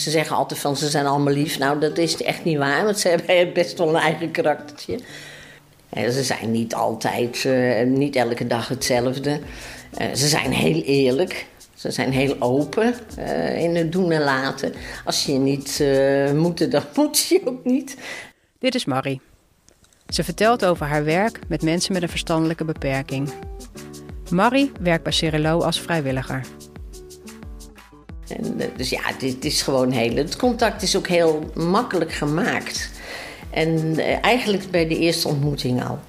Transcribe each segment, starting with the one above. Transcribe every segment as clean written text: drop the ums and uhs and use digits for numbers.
Ze zeggen altijd van ze zijn allemaal lief. Nou, dat is echt niet waar, want ze hebben best wel een eigen karaktertje. Ze zijn niet altijd, niet elke dag hetzelfde. Ze zijn heel eerlijk. Ze zijn heel open in het doen en laten. Als je niet moet, dan moet je ook niet. Dit is Marie. Ze vertelt over haar werk met mensen met een verstandelijke beperking. Marie werkt bij Cirelo als vrijwilliger. En, dus ja, dit is gewoon heel... Het contact is ook heel makkelijk gemaakt. En eigenlijk bij de eerste ontmoeting al.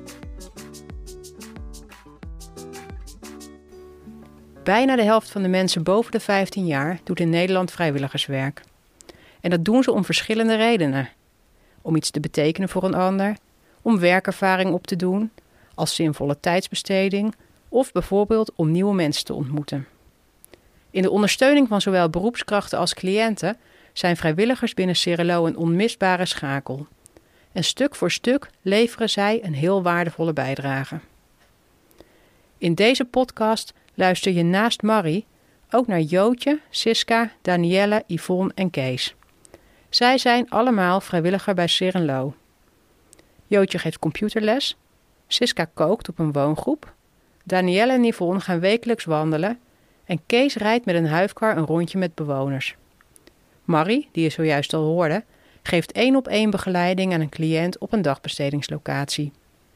Bijna de helft van de mensen boven de 15 jaar doet in Nederland vrijwilligerswerk. En dat doen ze om verschillende redenen. Om iets te betekenen voor een ander, om werkervaring op te doen, als zinvolle tijdsbesteding of bijvoorbeeld om nieuwe mensen te ontmoeten. In de ondersteuning van zowel beroepskrachten als cliënten zijn vrijwilligers binnen Cirelo een onmisbare schakel. En stuk voor stuk leveren zij een heel waardevolle bijdrage. In deze podcast luister je naast Marie ook naar Jootje, Siska, Danielle, Yvonne en Kees. Zij zijn allemaal vrijwilliger bij Cirelo. Jootje geeft computerles, Siska kookt op een woongroep, Danielle en Yvonne gaan wekelijks wandelen en Kees rijdt met een huifkar een rondje met bewoners. Marie, die je zojuist al hoorde, geeft 1-op-1 begeleiding aan een cliënt op een dagbestedingslocatie.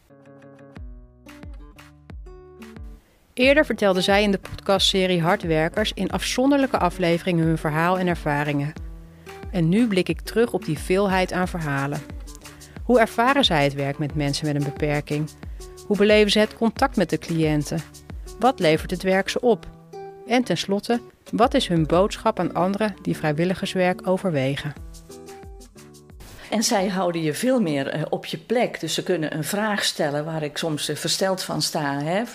Eerder vertelde zij in de podcastserie Hardwerkers in afzonderlijke afleveringen hun verhaal en ervaringen. En nu blik ik terug op die veelheid aan verhalen. Hoe ervaren zij het werk met mensen met een beperking? Hoe beleven ze het contact met de cliënten? Wat levert het werk ze op? En tenslotte, wat is hun boodschap aan anderen die vrijwilligerswerk overwegen? En zij houden je veel meer op je plek. Dus ze kunnen een vraag stellen waar ik soms versteld van sta. Hè?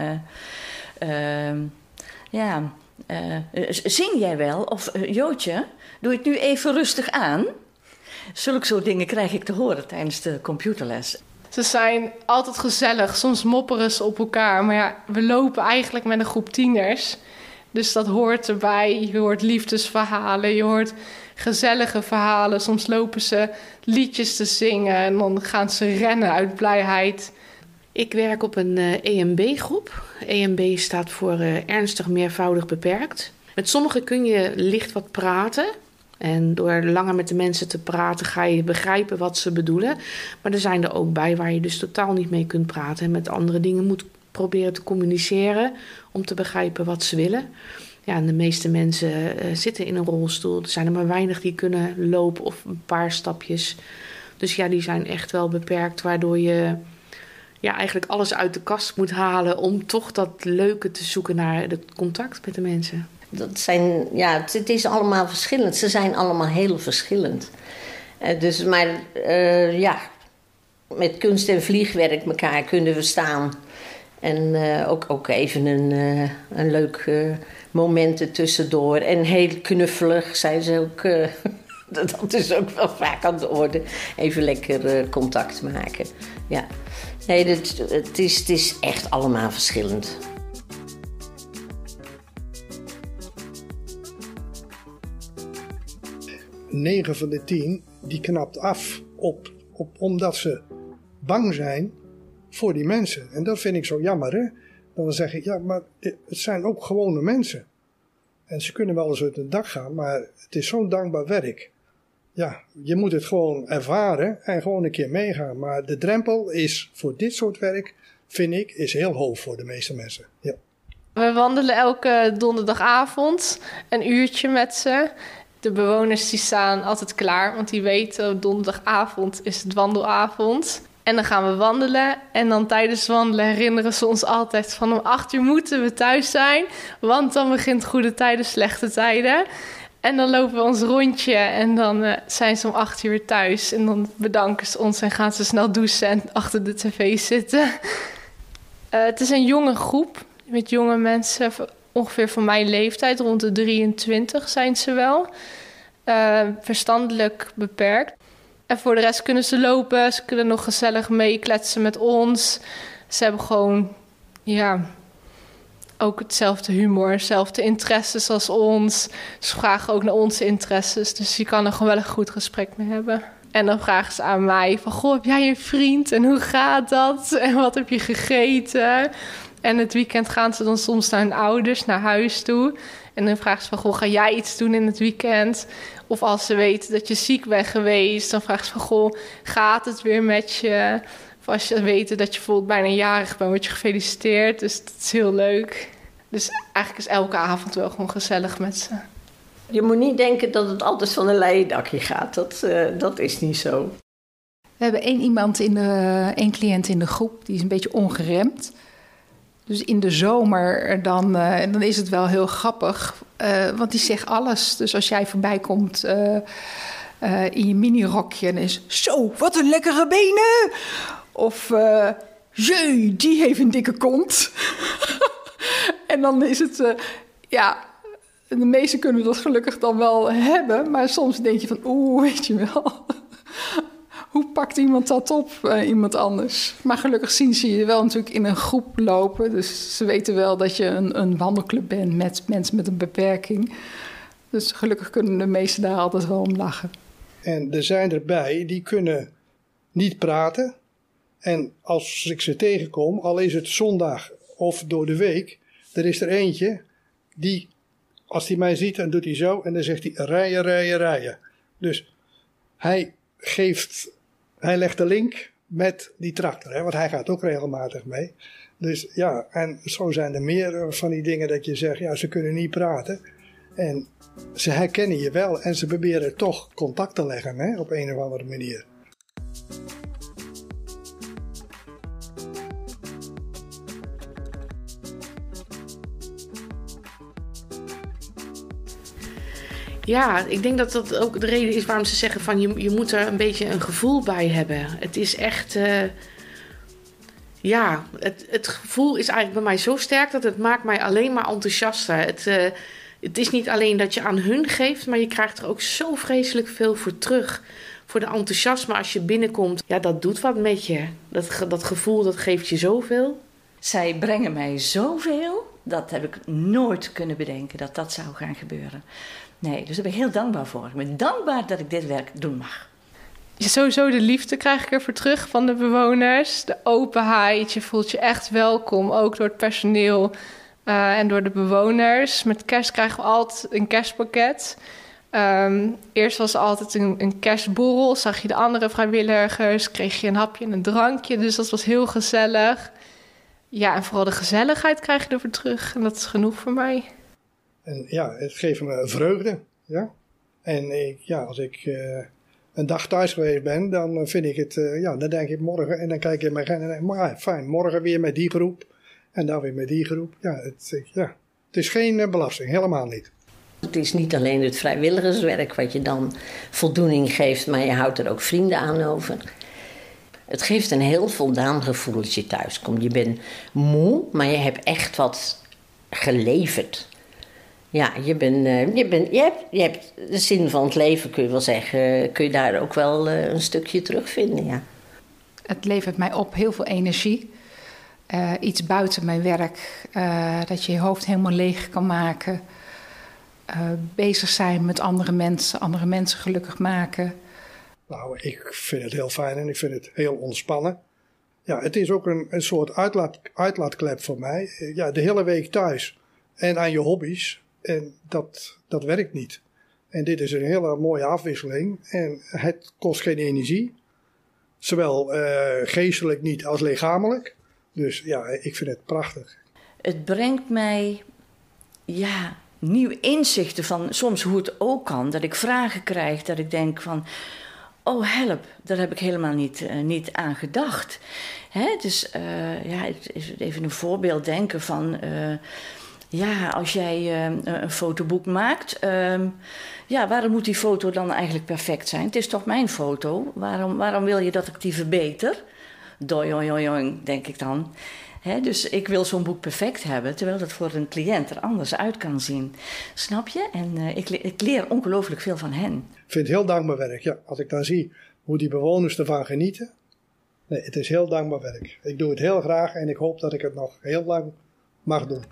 Zing jij wel? Of Jootje, doe je het nu even rustig aan? Zulke soort dingen krijg ik te horen tijdens de computerles. Ze zijn altijd gezellig. Soms mopperen ze op elkaar. Maar ja, we lopen eigenlijk met een groep tieners. Dus dat hoort erbij. Je hoort liefdesverhalen, je hoort gezellige verhalen. Soms lopen ze liedjes te zingen en dan gaan ze rennen uit blijheid. Ik werk op een EMB-groep. EMB staat voor ernstig meervoudig beperkt. Met sommigen kun je licht wat praten. En door langer met de mensen te praten ga je begrijpen wat ze bedoelen. Maar er zijn er ook bij waar je dus totaal niet mee kunt praten. En met andere dingen moet proberen te communiceren om te begrijpen wat ze willen. Ja, en de meeste mensen zitten in een rolstoel. Er zijn er maar weinig die kunnen lopen of een paar stapjes. Dus ja, die zijn echt wel beperkt, waardoor je eigenlijk alles uit de kast moet halen om toch dat leuke te zoeken naar het contact met de mensen. Het is allemaal verschillend. Ze zijn allemaal heel verschillend. Met kunst en vliegwerk elkaar kunnen we staan. En ook even een leuk moment tussendoor. En heel knuffelig zijn ze ook. Dat is ook wel vaak aan de orde. Even lekker contact maken. Ja. Nee, het is echt allemaal verschillend. 9 van de 10 die knapt af omdat ze bang zijn voor die mensen. En dat vind ik zo jammer, hè. Dan zeg ik, ja, maar het zijn ook gewone mensen. En ze kunnen wel eens uit het dak gaan, maar het is zo'n dankbaar werk. Ja, je moet het gewoon ervaren en gewoon een keer meegaan. Maar de drempel is voor dit soort werk, vind ik, is heel hoog voor de meeste mensen. Ja. We wandelen elke donderdagavond een uurtje met ze. De bewoners die staan altijd klaar, want die weten donderdagavond is het wandelavond. En dan gaan we wandelen en dan tijdens het wandelen herinneren ze ons altijd van om 8:00 moeten we thuis zijn. Want dan begint goede tijden, slechte tijden. En dan lopen we ons rondje en dan zijn ze om 8:00 weer thuis. En dan bedanken ze ons en gaan ze snel douchen en achter de tv zitten. Het is een jonge groep met jonge mensen, ongeveer van mijn leeftijd. Rond de 23 zijn ze wel. Verstandelijk beperkt. En voor de rest kunnen ze lopen. Ze kunnen nog gezellig meekletsen met ons. Ze hebben gewoon, ook hetzelfde humor, hetzelfde interesses als ons. Ze vragen ook naar onze interesses. Dus je kan er gewoon wel een goed gesprek mee hebben. En dan vragen ze aan mij van, goh, heb jij een vriend? En hoe gaat dat? En wat heb je gegeten? En het weekend gaan ze dan soms naar hun ouders, naar huis toe. En dan vragen ze van, goh, ga jij iets doen in het weekend? Of als ze weten dat je ziek bent geweest, dan vragen ze van, goh, gaat het weer met je? Of als je weet dat je bijvoorbeeld bijna jarig bent, word je gefeliciteerd. Dus dat is heel leuk. Dus eigenlijk is elke avond wel gewoon gezellig met ze. Je moet niet denken dat het altijd van een leien dakje gaat. Dat is niet zo. We hebben één cliënt in de groep, die is een beetje ongeremd. Dus in de zomer dan is het wel heel grappig, want die zegt alles. Dus als jij voorbij komt in je minirokje en is... Zo, wat een lekkere benen! Of, jee, die heeft een dikke kont. En dan is het, de meesten kunnen dat gelukkig dan wel hebben. Maar soms denk je van, weet je wel... Hoe pakt iemand dat op, iemand anders? Maar gelukkig zien ze je wel natuurlijk in een groep lopen. Dus ze weten wel dat je een wandelclub bent met mensen met een beperking. Dus gelukkig kunnen de meesten daar altijd wel om lachen. En er zijn erbij die kunnen niet praten. En als ik ze tegenkom, al is het zondag of door de week... er is er eentje die, als hij mij ziet, dan doet hij zo... en dan zegt hij rijden, rijden, rijden. Dus hij legt de link met die tractor, hè, want hij gaat ook regelmatig mee. Dus ja, en zo zijn er meer van die dingen dat je zegt, ja, ze kunnen niet praten. En ze herkennen je wel en ze proberen toch contact te leggen, hè, op een of andere manier. Ja, ik denk dat dat ook de reden is waarom ze zeggen van je moet er een beetje een gevoel bij hebben. Het is echt, het gevoel is eigenlijk bij mij zo sterk dat het maakt mij alleen maar enthousiaster. Het is niet alleen dat je aan hun geeft, maar je krijgt er ook zo vreselijk veel voor terug. Voor de enthousiasme als je binnenkomt, ja, dat doet wat met je. Dat gevoel, dat geeft je zoveel. Zij brengen mij zoveel, dat heb ik nooit kunnen bedenken dat dat zou gaan gebeuren. Nee, dus daar ben ik heel dankbaar voor. Ik ben dankbaar dat ik dit werk doen mag. Sowieso de liefde krijg ik ervoor terug van de bewoners. De openheid, je voelt je echt welkom, ook door het personeel en door de bewoners. Met kerst krijgen we altijd een kerstpakket. Eerst was er altijd een kerstborrel, zag je de andere vrijwilligers, kreeg je een hapje en een drankje. Dus dat was heel gezellig. Ja, en vooral de gezelligheid krijg je ervoor terug. En dat is genoeg voor mij. En ja, het geeft me vreugde. Ja? En als ik een dag thuis geweest ben, dan vind ik het, dan denk ik morgen en dan kijk ik in mijn agenda en denk ik, fijn, morgen weer met die groep en dan weer met die groep. Ja, het is geen belasting, helemaal niet. Het is niet alleen het vrijwilligerswerk wat je dan voldoening geeft, maar je houdt er ook vrienden aan over. Het geeft een heel voldaan gevoel als je thuis komt. Je bent moe, maar je hebt echt wat geleverd. Ja, je hebt de zin van het leven, kun je wel zeggen. Kun je daar ook wel een stukje terugvinden, ja. Het levert mij op heel veel energie. Iets buiten mijn werk. Dat je je hoofd helemaal leeg kan maken. Bezig zijn met andere mensen gelukkig maken. Nou, ik vind het heel fijn en ik vind het heel ontspannen. Ja, het is ook een soort uitlaatklep voor mij. Ja, de hele week thuis en aan je hobby's. En dat werkt niet. En dit is een hele mooie afwisseling. En het kost geen energie. Zowel geestelijk niet als lichamelijk. Dus ja, ik vind het prachtig. Het brengt mij, nieuwe inzichten van soms hoe het ook kan. Dat ik vragen krijg, dat ik denk van... Oh, help, daar heb ik helemaal niet aan gedacht. Hè? Dus even een voorbeeld denken van... als jij een fotoboek maakt... waarom moet die foto dan eigenlijk perfect zijn? Het is toch mijn foto? Waarom wil je dat ik die verbeter? Doing, denk ik dan. Hè? Dus ik wil zo'n boek perfect hebben... terwijl dat voor een cliënt er anders uit kan zien. Snap je? En ik leer ongelooflijk veel van hen. Ik vind het heel dankbaar werk. Ja, als ik dan zie hoe die bewoners ervan genieten. Nee, het is heel dankbaar werk. Ik doe het heel graag en ik hoop dat ik het nog heel lang mag doen.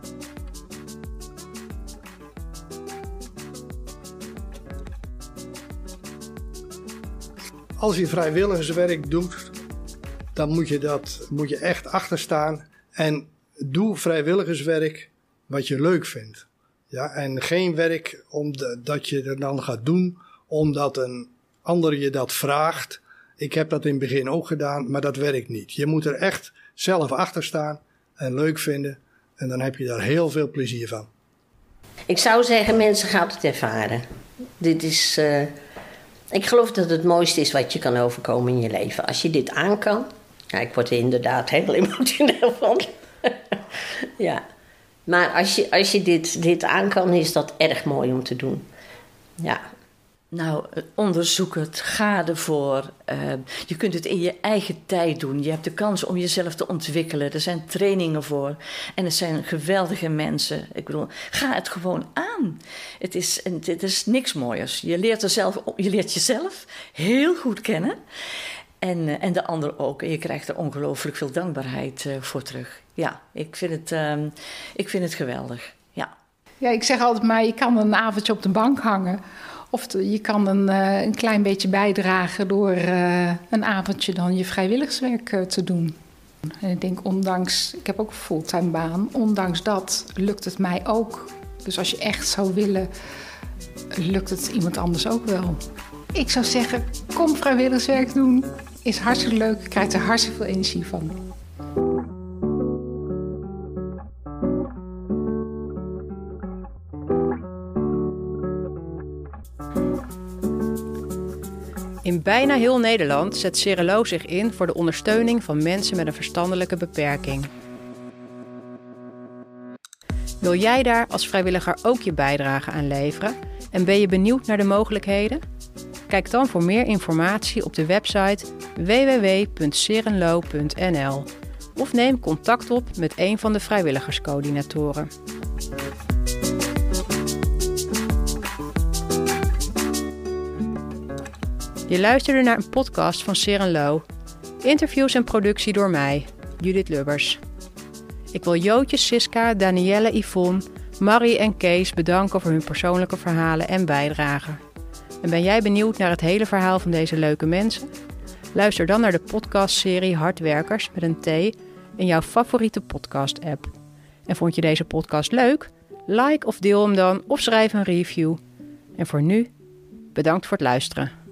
Als je vrijwilligerswerk doet, dan moet je echt achter staan. En doe vrijwilligerswerk wat je leuk vindt. Ja, en geen werk dat je er dan gaat doen omdat een ander je dat vraagt. Ik heb dat in het begin ook gedaan, maar dat werkt niet. Je moet er echt zelf achter staan en leuk vinden. En dan heb je daar heel veel plezier van. Ik zou zeggen, mensen gaan het ervaren. Dit is... ik geloof dat het mooiste is wat je kan overkomen in je leven. Als je dit aan kan. Ja, ik word er inderdaad heel emotioneel van. Ja. Maar als je dit aan kan, is dat erg mooi om te doen. Ja. Nou, onderzoek het, ga ervoor. Je kunt het in je eigen tijd doen. Je hebt de kans om jezelf te ontwikkelen. Er zijn trainingen voor. En het zijn geweldige mensen. Ik bedoel, ga het gewoon aan. Het is niks mooiers. Je leert jezelf heel goed kennen. En de ander ook. En je krijgt er ongelooflijk veel dankbaarheid voor terug. Ja, ik vind het geweldig. Ja. Ja, ik zeg altijd maar, je kan een avondje op de bank hangen. Of je kan een klein beetje bijdragen door een avondje dan je vrijwilligerswerk te doen. En ik denk, ik heb ook een fulltime baan. Ondanks dat lukt het mij ook. Dus als je echt zou willen, lukt het iemand anders ook wel. Ik zou zeggen, kom vrijwilligerswerk doen. Is hartstikke leuk. Je krijgt er hartstikke veel energie van. In bijna heel Nederland zet Cirelo zich in voor de ondersteuning van mensen met een verstandelijke beperking. Wil jij daar als vrijwilliger ook je bijdrage aan leveren en ben je benieuwd naar de mogelijkheden? Kijk dan voor meer informatie op de website www.serenlo.nl of neem contact op met een van de vrijwilligerscoördinatoren. Je luisterde naar een podcast van Serenlo. Interviews en productie door mij, Judith Lubbers. Ik wil Jootje, Siska, Danielle, Yvonne, Marie en Kees bedanken voor hun persoonlijke verhalen en bijdragen. En ben jij benieuwd naar het hele verhaal van deze leuke mensen? Luister dan naar de podcastserie Hardwerkers met een T in jouw favoriete podcast-app. En vond je deze podcast leuk? Like of deel hem dan of schrijf een review. En voor nu, bedankt voor het luisteren.